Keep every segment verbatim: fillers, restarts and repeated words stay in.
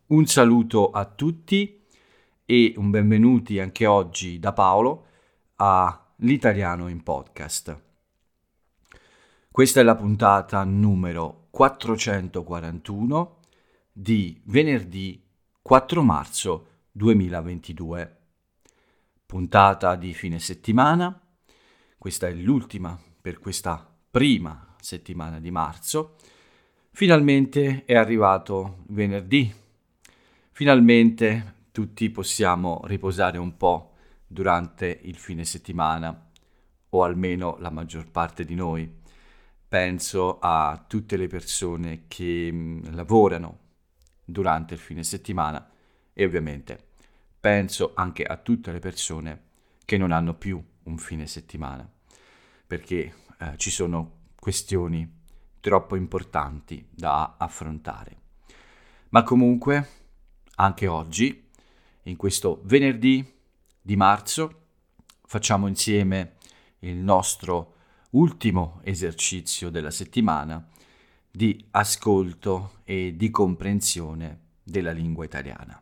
Un saluto a tutti e un benvenuti anche oggi da Paolo a L'Italiano in Podcast. Questa è la puntata numero quattrocentoquarantuno di venerdì quattro marzo duemilaventidue. Puntata di fine settimana. Questa è l'ultima per questa prima settimana di marzo. Finalmente è arrivato venerdì. Finalmente tutti possiamo riposare un po' durante il fine settimana, o almeno la maggior parte di noi. Penso a tutte le persone che mh, lavorano durante il fine settimana e ovviamente penso anche a tutte le persone che non hanno più un fine settimana, perché eh, ci sono questioni troppo importanti da affrontare. Ma comunque, anche oggi, in questo venerdì di marzo, facciamo insieme il nostro ultimo esercizio della settimana di ascolto e di comprensione della lingua italiana.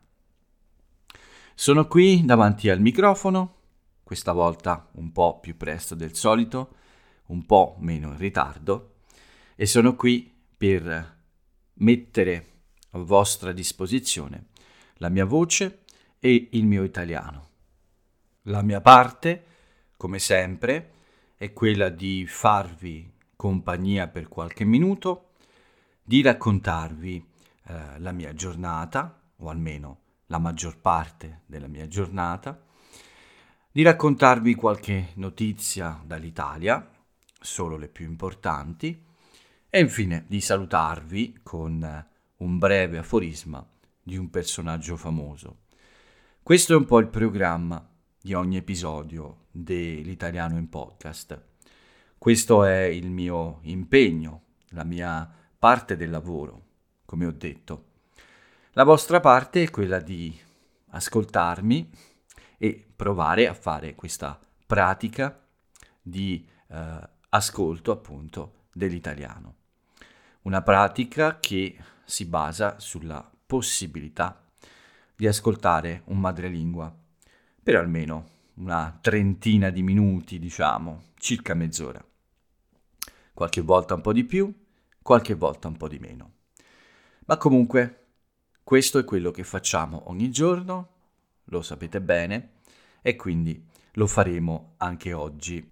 Sono qui davanti al microfono, questa volta un po' più presto del solito, un po' meno in ritardo, e sono qui per mettere a vostra disposizione la mia voce e il mio italiano. La mia parte, come sempre, è quella di farvi compagnia per qualche minuto, di raccontarvi eh, la mia giornata, o almeno la maggior parte della mia giornata, di raccontarvi qualche notizia dall'Italia, solo le più importanti, e infine di salutarvi con un breve aforisma di un personaggio famoso. Questo è un po' il programma di ogni episodio dell'Italiano in Podcast. Questo è il mio impegno, la mia parte del lavoro, come ho detto. La vostra parte è quella di ascoltarmi e provare a fare questa pratica di eh, ascolto appunto dell'italiano. Una pratica che si basa sulla possibilità di ascoltare un madrelingua per almeno una trentina di minuti, diciamo, circa mezz'ora. Qualche volta un po' di più, qualche volta un po' di meno. Ma comunque, questo è quello che facciamo ogni giorno, lo sapete bene, e quindi lo faremo anche oggi.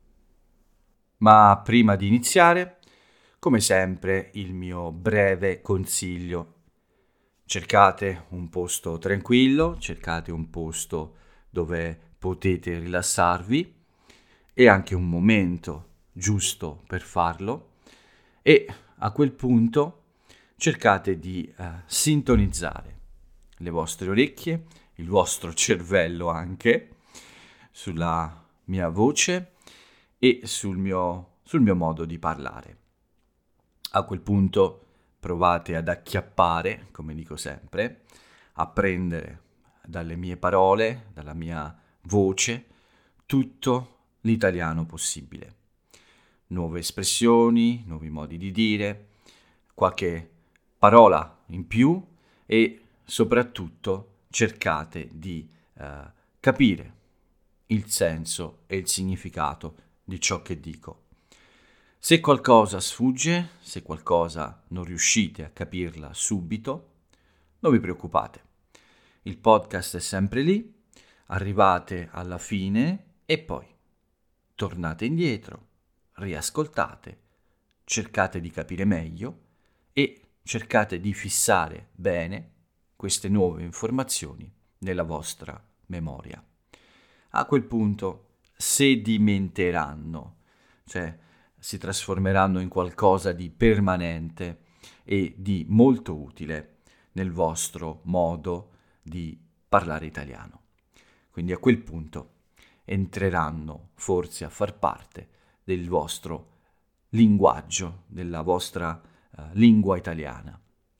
Ma prima di iniziare, come sempre, il mio breve consiglio. Cercate un posto tranquillo, cercate un posto dove potete rilassarvi e anche un momento giusto per farlo e a quel punto cercate di eh, sintonizzare le vostre orecchie, il vostro cervello anche, sulla mia voce e sul mio, sul mio modo di parlare. A quel punto provate ad acchiappare, come dico sempre, a prendere dalle mie parole, dalla mia voce, tutto l'italiano possibile. Nuove espressioni, nuovi modi di dire, qualche parola in più e soprattutto cercate di eh, capire il senso e il significato di ciò che dico. Se qualcosa sfugge, se qualcosa non riuscite a capirla subito, non vi preoccupate. Il podcast è sempre lì, arrivate alla fine e poi tornate indietro, riascoltate, cercate di capire meglio e cercate di fissare bene queste nuove informazioni nella vostra memoria. A quel punto sedimenteranno, cioè si trasformeranno in qualcosa di permanente e di molto utile nel vostro modo di parlare italiano. Quindi a quel punto entreranno forse a far parte del vostro linguaggio, della vostra uh, lingua italiana.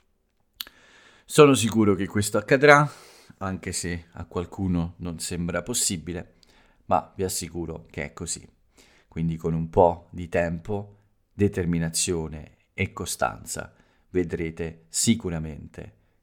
Sono sicuro che questo accadrà, anche se a qualcuno non sembra possibile, ma vi assicuro che è così. Quindi con un po' di tempo, determinazione e costanza vedrete sicuramente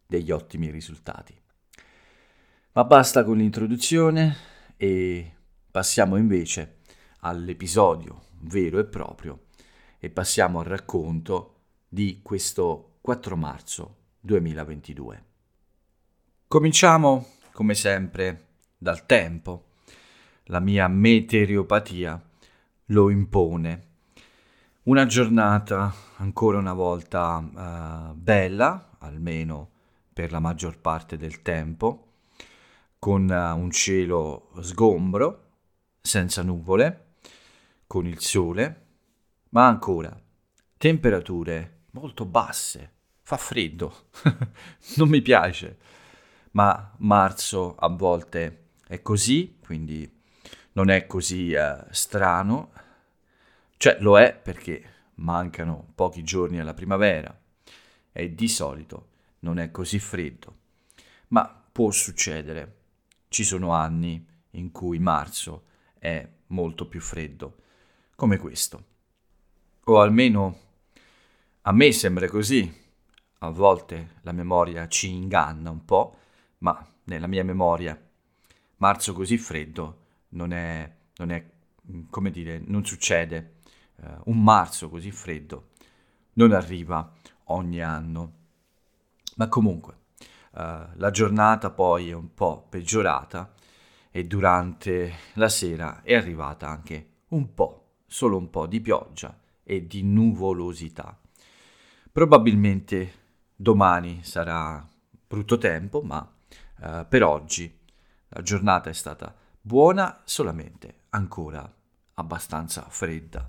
degli ottimi risultati. Ma basta con l'introduzione e passiamo invece all'episodio vero e proprio e passiamo al racconto di questo quattro marzo duemilaventidue. Cominciamo, come sempre, dal tempo. La mia meteoropatia lo impone. Una giornata, ancora una volta, eh, bella, almeno per la maggior parte del tempo, con uh, un cielo sgombro, senza nuvole, con il sole, ma ancora temperature molto basse. Fa freddo, non mi piace, ma marzo a volte è così, quindi non è così uh, strano. Cioè lo è perché mancano pochi giorni alla primavera e di solito non è così freddo, ma può succedere. Ci sono anni in cui marzo è molto più freddo, come questo. O almeno a me sembra così. A volte la memoria ci inganna un po', ma nella mia memoria marzo così freddo non è, non è come dire, non succede. Uh, un marzo così freddo non arriva ogni anno. Ma comunque, uh, la giornata poi è un po' peggiorata e durante la sera è arrivata anche un po', solo un po' di pioggia e di nuvolosità. Probabilmente domani sarà brutto tempo, ma uh, per oggi la giornata è stata buona, solamente ancora abbastanza fredda.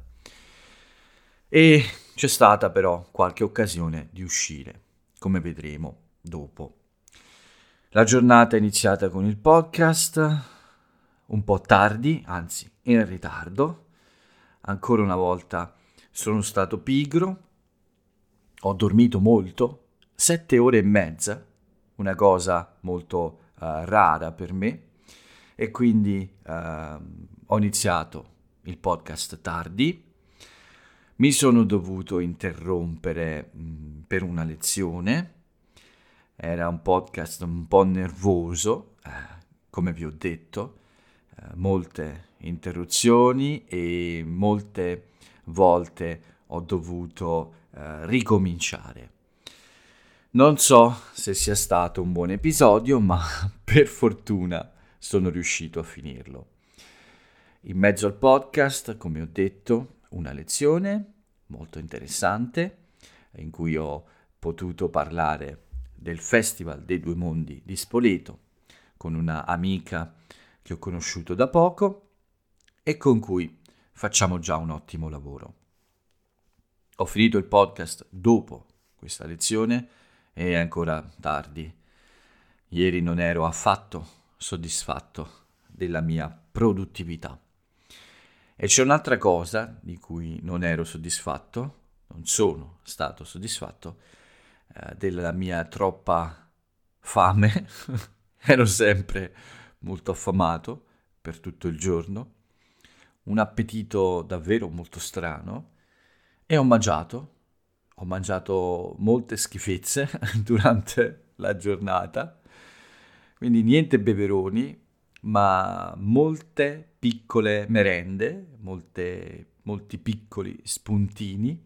E c'è stata però qualche occasione di uscire, come vedremo dopo. La giornata è iniziata con il podcast, un po' tardi, anzi in ritardo. Ancora una volta sono stato pigro, ho dormito molto, sette ore e mezza, una cosa molto uh, rara per me, e quindi uh, ho iniziato il podcast tardi. Mi sono dovuto interrompere mh, per una lezione. Era un podcast un po' nervoso, eh, come vi ho detto, eh, molte interruzioni e molte volte ho dovuto eh, ricominciare. Non so se sia stato un buon episodio, ma per fortuna sono riuscito a finirlo. In mezzo al podcast, come ho detto, una lezione molto interessante in cui ho potuto parlare del Festival dei Due Mondi di Spoleto con una amica che ho conosciuto da poco e con cui facciamo già un ottimo lavoro. Ho finito il podcast dopo questa lezione e è ancora tardi. Ieri non ero affatto soddisfatto della mia produttività. E c'è un'altra cosa di cui non ero soddisfatto, non sono stato soddisfatto, eh, della mia troppa fame. Ero sempre molto affamato per tutto il giorno, un appetito davvero molto strano e ho mangiato, ho mangiato molte schifezze durante la giornata, quindi niente beveroni, ma molte piccole merende, molte, molti piccoli spuntini,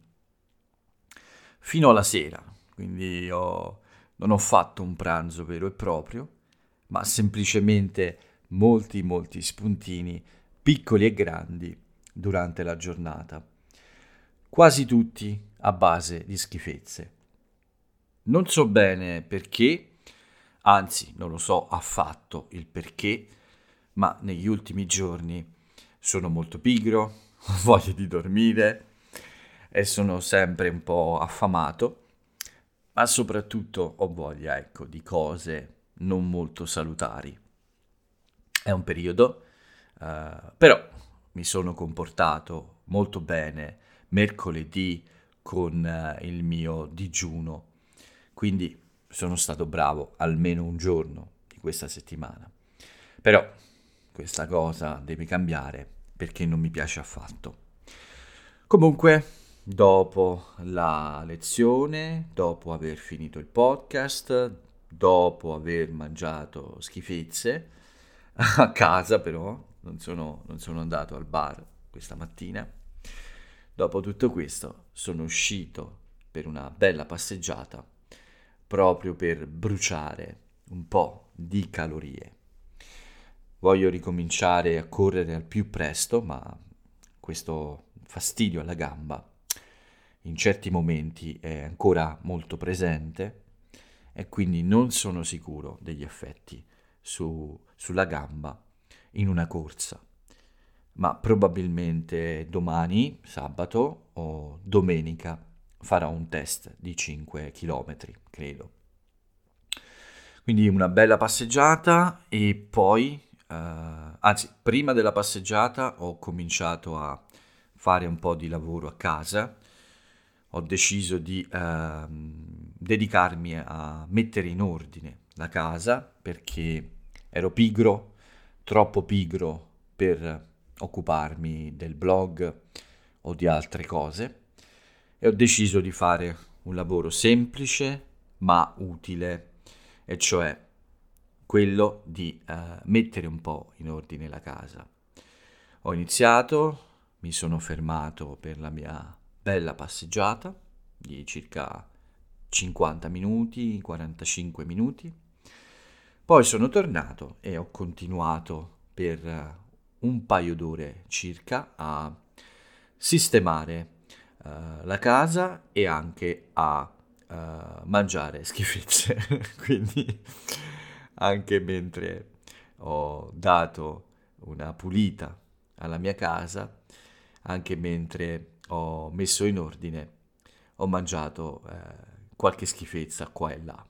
fino alla sera. Quindi ho, non ho fatto un pranzo vero e proprio, ma semplicemente molti, molti spuntini, piccoli e grandi, durante la giornata. Quasi tutti a base di schifezze. Non so bene perché, anzi non lo so affatto il perché, ma negli ultimi giorni sono molto pigro, ho voglia di dormire e sono sempre un po' affamato, ma soprattutto ho voglia, ecco, di cose non molto salutari. È un periodo, uh, però mi sono comportato molto bene mercoledì con uh, il mio digiuno, quindi sono stato bravo almeno un giorno di questa settimana. Però questa cosa deve cambiare perché non mi piace affatto. Comunque, dopo la lezione, dopo aver finito il podcast, dopo aver mangiato schifezze, a casa però, non sono, non sono andato al bar questa mattina. Dopo tutto questo sono uscito per una bella passeggiata proprio per bruciare un po' di calorie. Voglio ricominciare a correre al più presto, ma questo fastidio alla gamba in certi momenti è ancora molto presente e quindi non sono sicuro degli effetti su- sulla gamba in una corsa. Ma probabilmente domani, sabato o domenica, farò un test di cinque chilometri, credo. Quindi una bella passeggiata e poi, eh, anzi, prima della passeggiata ho cominciato a fare un po' di lavoro a casa. Ho deciso di ehm, dedicarmi a mettere in ordine la casa perché ero pigro, troppo pigro per occuparmi del blog o di altre cose e ho deciso di fare un lavoro semplice ma utile, e cioè quello di eh, mettere un po' in ordine la casa. Ho iniziato, mi sono fermato per la mia bella passeggiata di circa cinquanta minuti, quarantacinque minuti. Poi sono tornato e ho continuato per eh, un paio d'ore circa a sistemare eh, la casa e anche a eh, mangiare schifezze. Quindi anche mentre ho dato una pulita alla mia casa, anche mentre ho messo in ordine, ho mangiato eh, qualche schifezza qua e là.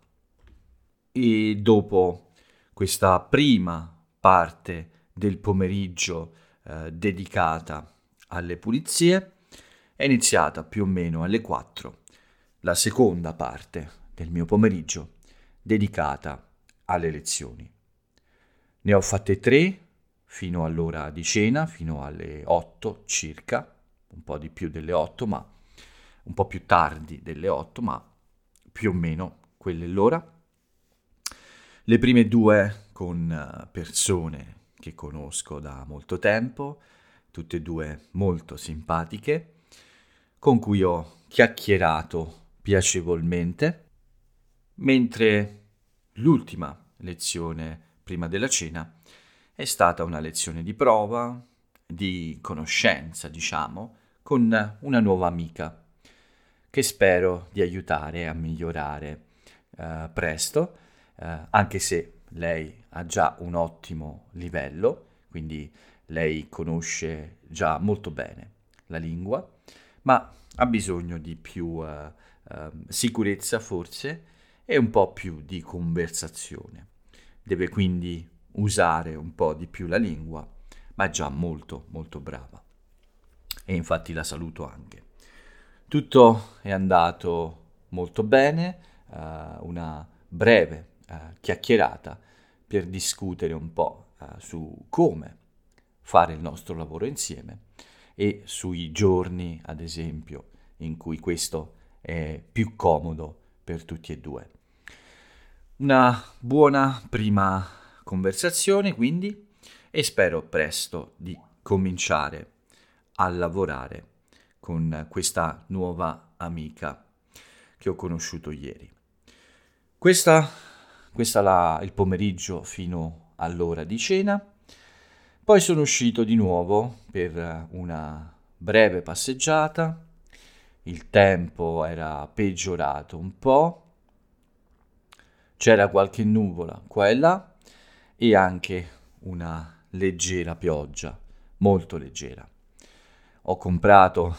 E dopo questa prima parte del pomeriggio eh, dedicata alle pulizie, è iniziata più o meno alle quattro la seconda parte del mio pomeriggio dedicata alle lezioni. Ne ho fatte tre fino all'ora di cena, fino alle otto circa, un po' di più delle otto, ma un po' più tardi delle otto, ma più o meno quella è l'ora. Le prime due con eh, persone che conosco da molto tempo, tutte e due molto simpatiche, con cui ho chiacchierato piacevolmente, mentre l'ultima lezione prima della cena è stata una lezione di prova, di conoscenza, diciamo, con una nuova amica che spero di aiutare a migliorare eh, presto, eh, anche se lei ha già un ottimo livello, quindi lei conosce già molto bene la lingua, ma ha bisogno di più eh, eh, sicurezza forse e un po' più di conversazione. Deve quindi usare un po' di più la lingua, ma è già molto molto brava. E infatti la saluto anche. Tutto è andato molto bene, eh, una breve eh, chiacchierata per discutere un po' eh, su come fare il nostro lavoro insieme e sui giorni, ad esempio, in cui questo è più comodo per tutti e due. Una buona prima conversazione, quindi, e spero presto di cominciare a lavorare con questa nuova amica che ho conosciuto ieri. Questa, questa la, il pomeriggio fino all'ora di cena. Poi sono uscito di nuovo per una breve passeggiata. Il tempo era peggiorato un po', c'era qualche nuvola qua e là e anche una leggera pioggia, molto leggera. Ho comprato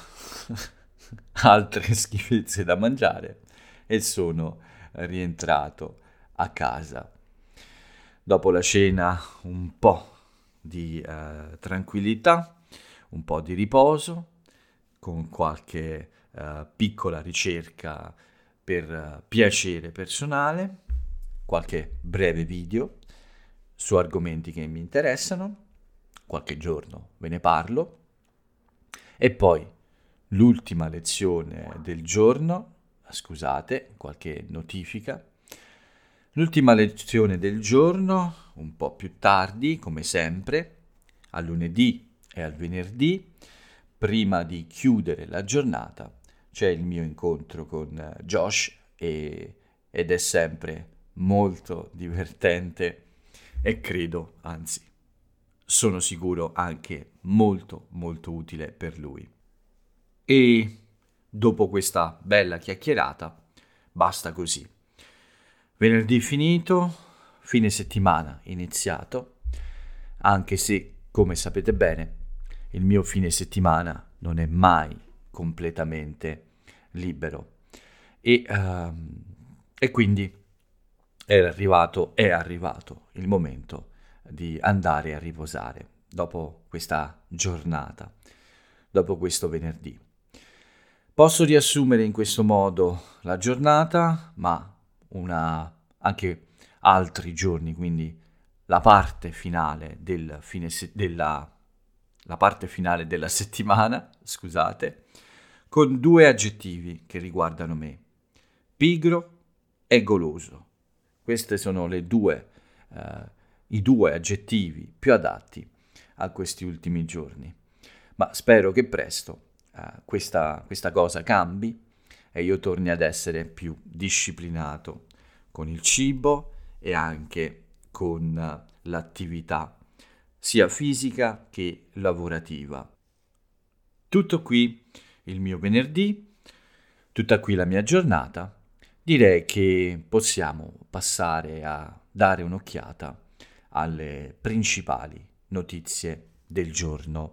altre schifezze da mangiare e sono rientrato a casa. Dopo la cena un po' di eh, tranquillità, un po' di riposo, con qualche eh, piccola ricerca per eh, piacere personale, qualche breve video su argomenti che mi interessano, qualche giorno ve ne parlo, e poi l'ultima lezione del giorno, scusate, qualche notifica, L'ultima lezione del giorno, un po' più tardi, come sempre, al lunedì e al venerdì, prima di chiudere la giornata, c'è il mio incontro con Josh e, ed è sempre molto divertente e credo, anzi, sono sicuro anche molto molto utile per lui. E dopo questa bella chiacchierata, basta così. Venerdì finito, fine settimana iniziato, anche se, come sapete bene, il mio fine settimana non è mai completamente libero. E, ehm, e quindi è arrivato, è arrivato il momento di andare a riposare dopo questa giornata, dopo questo venerdì. Posso riassumere in questo modo la giornata, ma una, anche altri giorni, quindi la parte finale del fine se- della, la parte finale della settimana, scusate, con due aggettivi che riguardano me: pigro e goloso. Queste sono le due, eh, i due aggettivi più adatti a questi ultimi giorni. Ma spero che presto eh, questa, questa cosa cambi e io torni ad essere più disciplinato con il cibo e anche con eh, l'attività sia fisica che lavorativa. Tutto qui il mio venerdì, tutta qui la mia giornata. Direi che possiamo passare a dare un'occhiata alle principali notizie del giorno.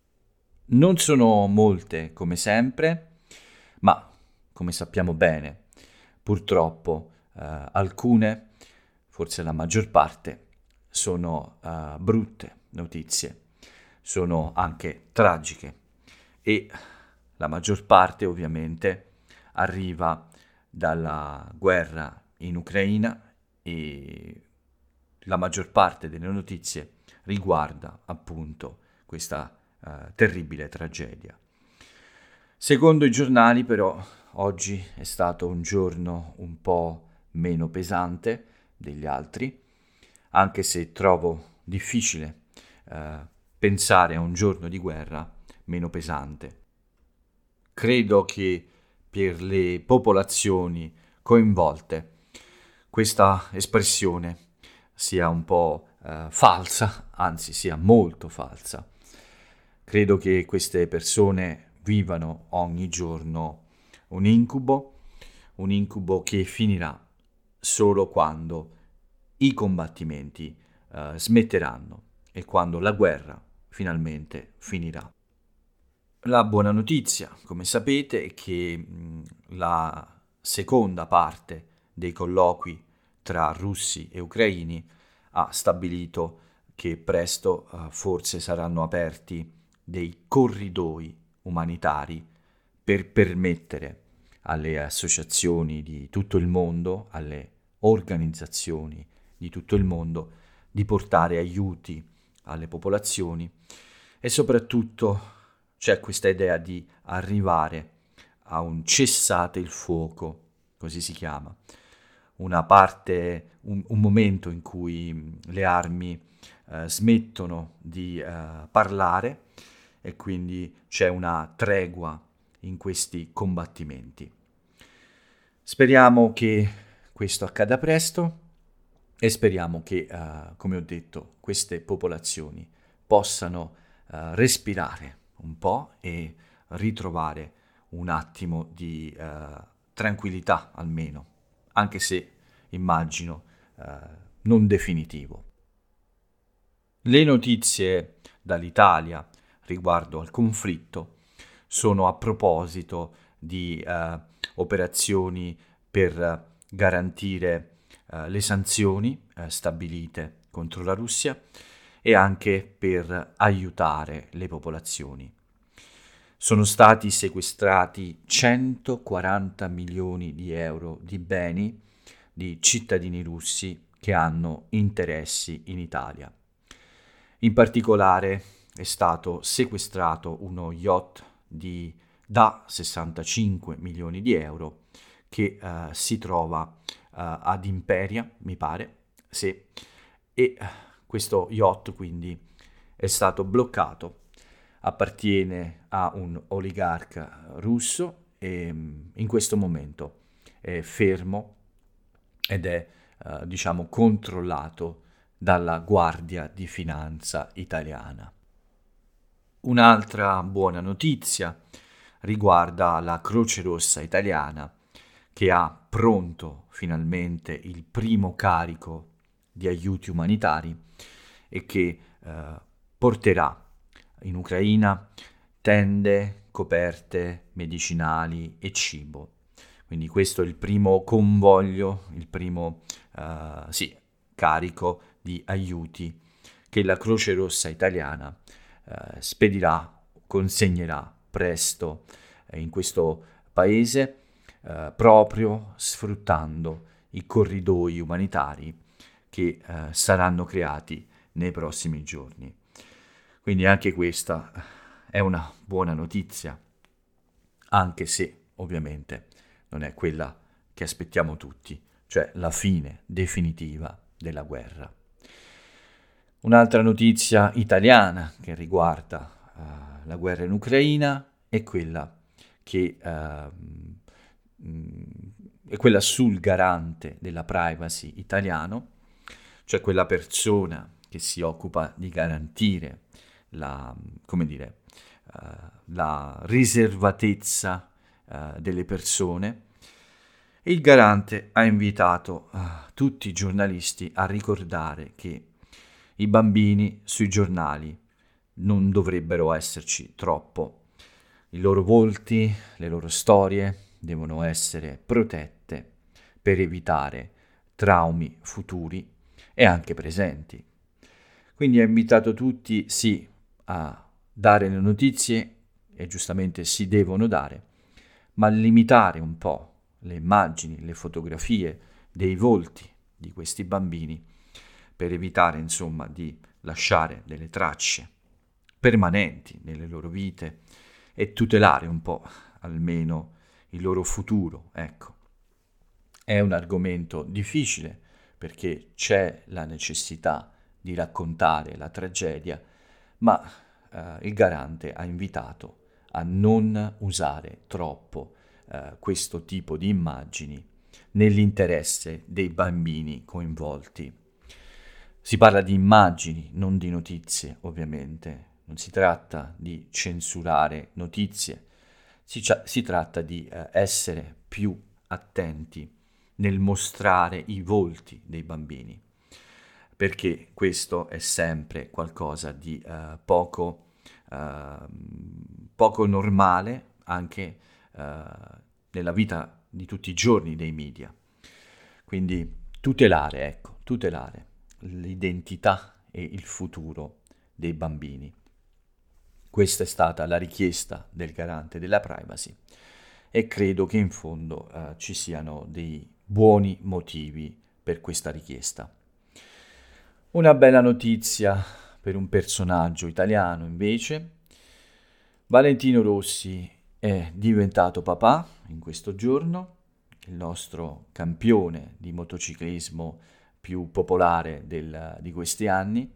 Non sono molte come sempre, ma come sappiamo bene, purtroppo eh, alcune, forse la maggior parte, sono eh, brutte notizie, sono anche tragiche e la maggior parte ovviamente arriva dalla guerra in Ucraina e la maggior parte delle notizie riguarda appunto questa eh, terribile tragedia. Secondo i giornali però oggi è stato un giorno un po' meno pesante degli altri, anche se trovo difficile eh, pensare a un giorno di guerra meno pesante. Credo che per le popolazioni coinvolte questa espressione sia un po' eh, falsa, anzi sia molto falsa. Credo che queste persone vivano ogni giorno un incubo, un incubo che finirà solo quando i combattimenti eh, smetteranno e quando la guerra finalmente finirà. La buona notizia, come sapete, è che mh, la seconda parte dei colloqui tra russi e ucraini ha stabilito che presto uh, forse saranno aperti dei corridoi umanitari per permettere alle associazioni di tutto il mondo, alle organizzazioni di tutto il mondo, di portare aiuti alle popolazioni e soprattutto c'è questa idea di arrivare a un cessate il fuoco, così si chiama, una parte, un, un momento in cui le armi eh, smettono di eh, parlare e quindi c'è una tregua in questi combattimenti. Speriamo che questo accada presto e speriamo che, eh, come ho detto, queste popolazioni possano eh, respirare un po' e ritrovare un attimo di eh, tranquillità almeno, anche se immagino eh, non definitivo. Le notizie dall'Italia riguardo al conflitto sono a proposito di eh, operazioni per garantire eh, le sanzioni eh, stabilite contro la Russia e anche per aiutare le popolazioni. Sono stati sequestrati centoquaranta milioni di euro di beni di cittadini russi che hanno interessi in Italia. In particolare è stato sequestrato uno yacht di, da sessantacinque milioni di euro che eh, si trova ad Imperia, mi pare, sì, e questo yacht quindi è stato bloccato, appartiene a un oligarca russo e in questo momento è fermo ed è, eh, diciamo, controllato dalla Guardia di Finanza italiana. Un'altra buona notizia riguarda la Croce Rossa italiana, che ha pronto finalmente il primo carico di aiuti umanitari e che eh, porterà in Ucraina tende, coperte, medicinali e cibo. Quindi questo è il primo convoglio, il primo eh, sì, carico di aiuti che la Croce Rossa italiana eh, spedirà, consegnerà presto eh, in questo paese, eh, proprio sfruttando i corridoi umanitari che eh, saranno creati nei prossimi giorni. Quindi anche questa è una buona notizia, anche se ovviamente non è quella che aspettiamo tutti, cioè la fine definitiva della guerra. Un'altra notizia italiana che riguarda uh, la guerra in Ucraina è quella che uh, mh, è quella sul garante della privacy italiano, cioè quella persona che si occupa di garantire la, come dire, uh, la riservatezza uh, delle persone. Il garante ha invitato uh, tutti i giornalisti a ricordare che i bambini sui giornali non dovrebbero esserci troppo. I loro volti, le loro storie devono essere protette per evitare traumi futuri e anche presenti. Quindi ha invitato tutti, sì, a dare le notizie, e giustamente si devono dare, ma limitare un po' le immagini, le fotografie dei volti di questi bambini per evitare, insomma, di lasciare delle tracce permanenti nelle loro vite e tutelare un po' almeno il loro futuro, ecco. È un argomento difficile perché c'è la necessità di raccontare la tragedia, ma eh, il garante ha invitato a non usare troppo eh, questo tipo di immagini nell'interesse dei bambini coinvolti. Si parla di immagini, non di notizie, ovviamente. Non si tratta di censurare notizie, si, cia- si tratta di eh, essere più attenti nel mostrare i volti dei bambini, perché questo è sempre qualcosa di eh, poco, eh, poco normale anche eh, nella vita di tutti i giorni dei media. Quindi tutelare, ecco, tutelare l'identità e il futuro dei bambini. Questa è stata la richiesta del garante della privacy e credo che in fondo eh, ci siano dei buoni motivi per questa richiesta. Una bella notizia per un personaggio italiano invece. Valentino Rossi è diventato papà in questo giorno, il nostro campione di motociclismo più popolare del, di questi anni.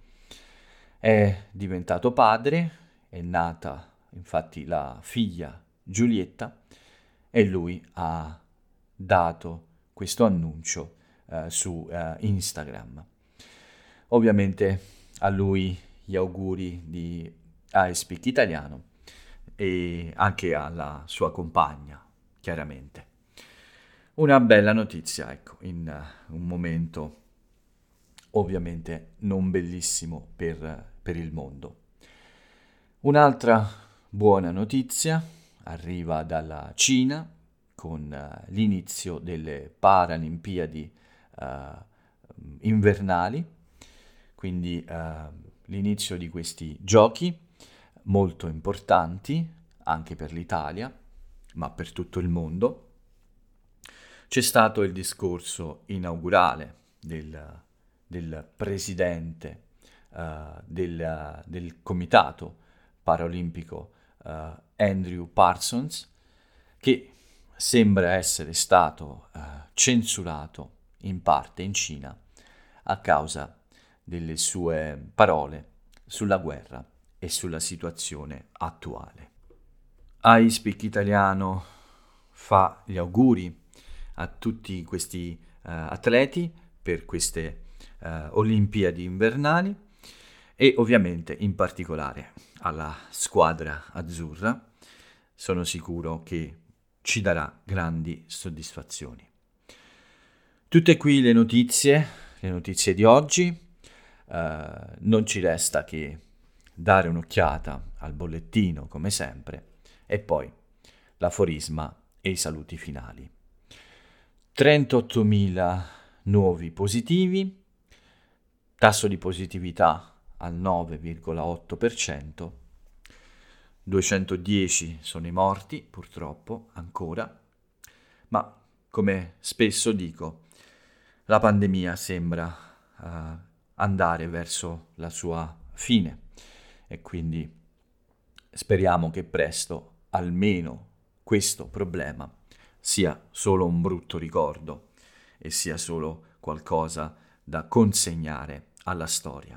È diventato padre, è nata infatti la figlia Giulietta e lui ha dato questo annuncio eh, su eh, Instagram. Ovviamente a lui gli auguri di I Speak Italiano e anche alla sua compagna, chiaramente. Una bella notizia, ecco, in uh, un momento ovviamente non bellissimo per, per il mondo. Un'altra buona notizia arriva dalla Cina con uh, l'inizio delle Paralimpiadi uh, invernali, quindi uh, l'inizio di questi giochi molto importanti anche per l'Italia, ma per tutto il mondo. C'è stato il discorso inaugurale del, del presidente uh, del, del comitato paralimpico uh, Andrew Parsons, che sembra essere stato uh, censurato in parte in Cina a causa delle sue parole sulla guerra e sulla situazione attuale. I Speak Italiano fa gli auguri a tutti questi uh, atleti per queste uh, Olimpiadi invernali e ovviamente in particolare alla squadra azzurra. Sono sicuro che ci darà grandi soddisfazioni. Tutte qui le notizie, le notizie di oggi. Uh, non ci resta che dare un'occhiata al bollettino come sempre e poi l'aforisma e i saluti finali. trentottomila nuovi positivi, tasso di positività al nove virgola otto per cento, duecentodieci sono i morti purtroppo ancora, ma come spesso dico, la pandemia sembra uh, andare verso la sua fine e quindi speriamo che presto almeno questo problema sia solo un brutto ricordo e sia solo qualcosa da consegnare alla storia.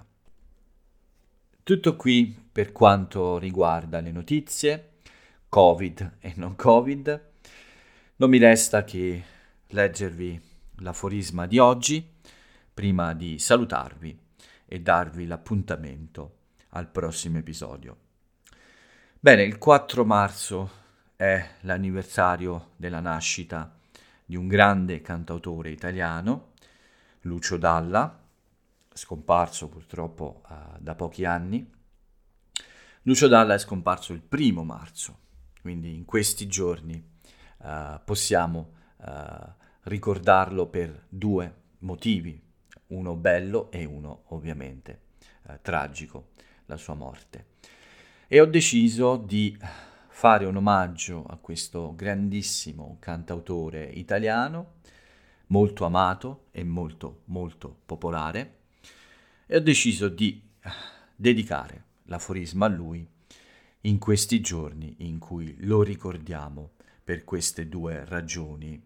Tutto qui per quanto riguarda le notizie, Covid e non Covid. Non mi resta che leggervi l'aforisma di oggi prima di salutarvi e darvi l'appuntamento al prossimo episodio. Bene, il quattro marzo è l'anniversario della nascita di un grande cantautore italiano, Lucio Dalla, scomparso purtroppo uh, da pochi anni. Lucio Dalla è scomparso il primo marzo, quindi in questi giorni uh, possiamo uh, ricordarlo per due motivi, uno bello e uno ovviamente uh, tragico, la sua morte. E ho deciso di fare un omaggio a questo grandissimo cantautore italiano, molto amato e molto molto popolare, e ho deciso di dedicare l'aforisma a lui in questi giorni in cui lo ricordiamo per queste due ragioni.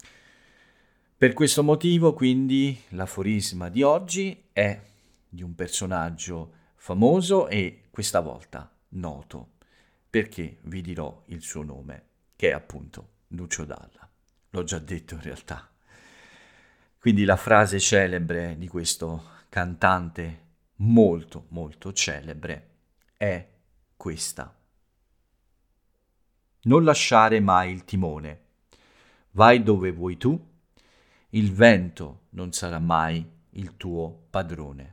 Per questo motivo, quindi, l'aforisma di oggi è di un personaggio famoso e questa volta noto, perché vi dirò il suo nome, che è appunto Lucio Dalla. L'ho già detto in realtà. Quindi la frase celebre di questo cantante molto molto celebre è questa: non lasciare mai il timone, vai dove vuoi tu, il vento non sarà mai il tuo padrone.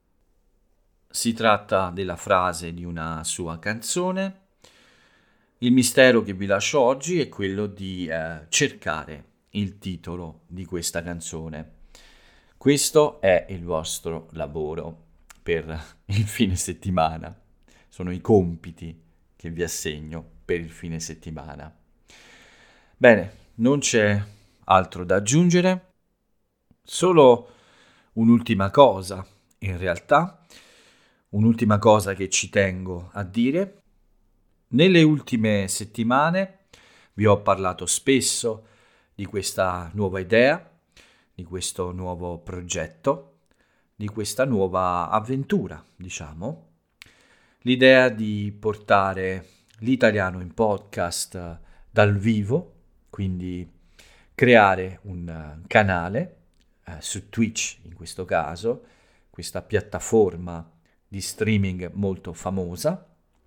Si tratta della frase di una sua canzone. Il mistero che vi lascio oggi è quello di eh, cercare il titolo di questa canzone. Questo è il vostro lavoro per il fine settimana. Sono i compiti che vi assegno per il fine settimana. Bene, non c'è altro da aggiungere, solo un'ultima cosa, in realtà, un'ultima cosa che ci tengo a dire. Nelle ultime settimane vi ho parlato spesso di questa nuova idea, di questo nuovo progetto, di questa nuova avventura, diciamo. L'idea di portare l'italiano in podcast dal vivo, quindi creare un canale eh, su Twitch in questo caso, questa piattaforma di streaming molto famosa,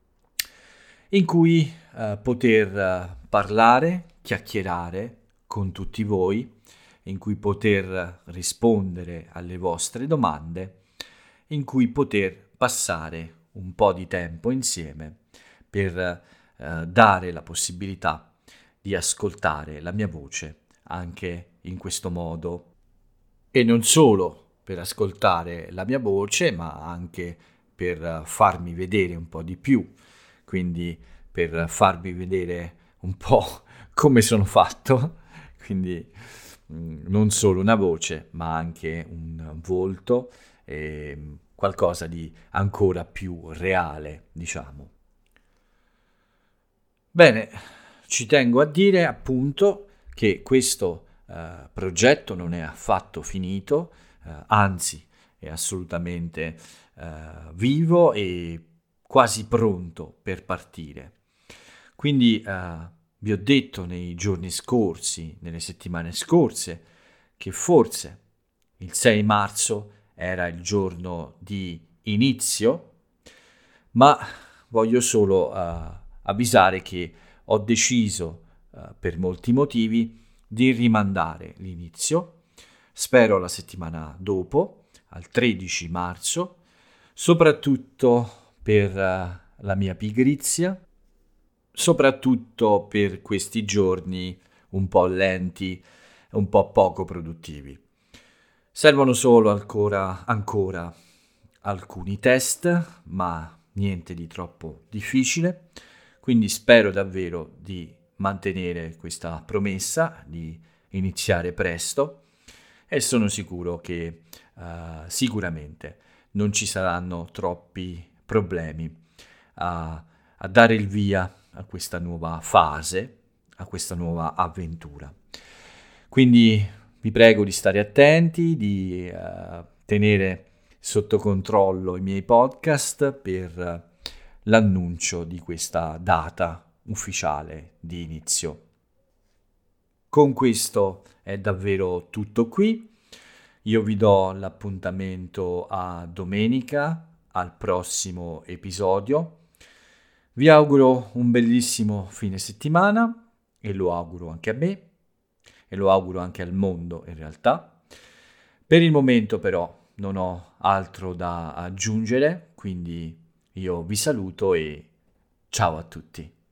in cui eh, poter eh, parlare, chiacchierare con tutti voi, in cui poter rispondere alle vostre domande, in cui poter passare un po' di tempo insieme per eh, dare la possibilità di ascoltare la mia voce anche in questo modo. E non solo per ascoltare la mia voce, ma anche per farmi vedere un po' di più, quindi per farvi vedere un po' come sono fatto, quindi mh, non solo una voce, ma anche un volto e qualcosa di ancora più reale, diciamo. Bene, ci tengo a dire appunto che questo eh, progetto non è affatto finito, eh, anzi è assolutamente eh, vivo e quasi pronto per partire. Quindi eh, vi ho detto nei giorni scorsi, nelle settimane scorse, che forse il sei marzo era il giorno di inizio, ma voglio solo uh, avvisare che ho deciso, uh, per molti motivi, di rimandare l'inizio. Spero la settimana dopo, al tredici marzo, soprattutto per uh, la mia pigrizia, soprattutto per questi giorni un po' lenti, un po' poco produttivi. Servono solo ancora, ancora alcuni test, ma niente di troppo difficile, quindi spero davvero di mantenere questa promessa, di iniziare presto e sono sicuro che uh, sicuramente non ci saranno troppi problemi a, a dare il via a questa nuova fase, a questa nuova avventura. Quindi vi prego di stare attenti, di uh, tenere sotto controllo i miei podcast per uh, l'annuncio di questa data ufficiale di inizio. Con questo è davvero tutto qui. Io vi do l'appuntamento a domenica, al prossimo episodio. Vi auguro un bellissimo fine settimana e lo auguro anche a me e lo auguro anche al mondo in realtà. Per il momento però non ho altro da aggiungere, quindi io vi saluto e ciao a tutti.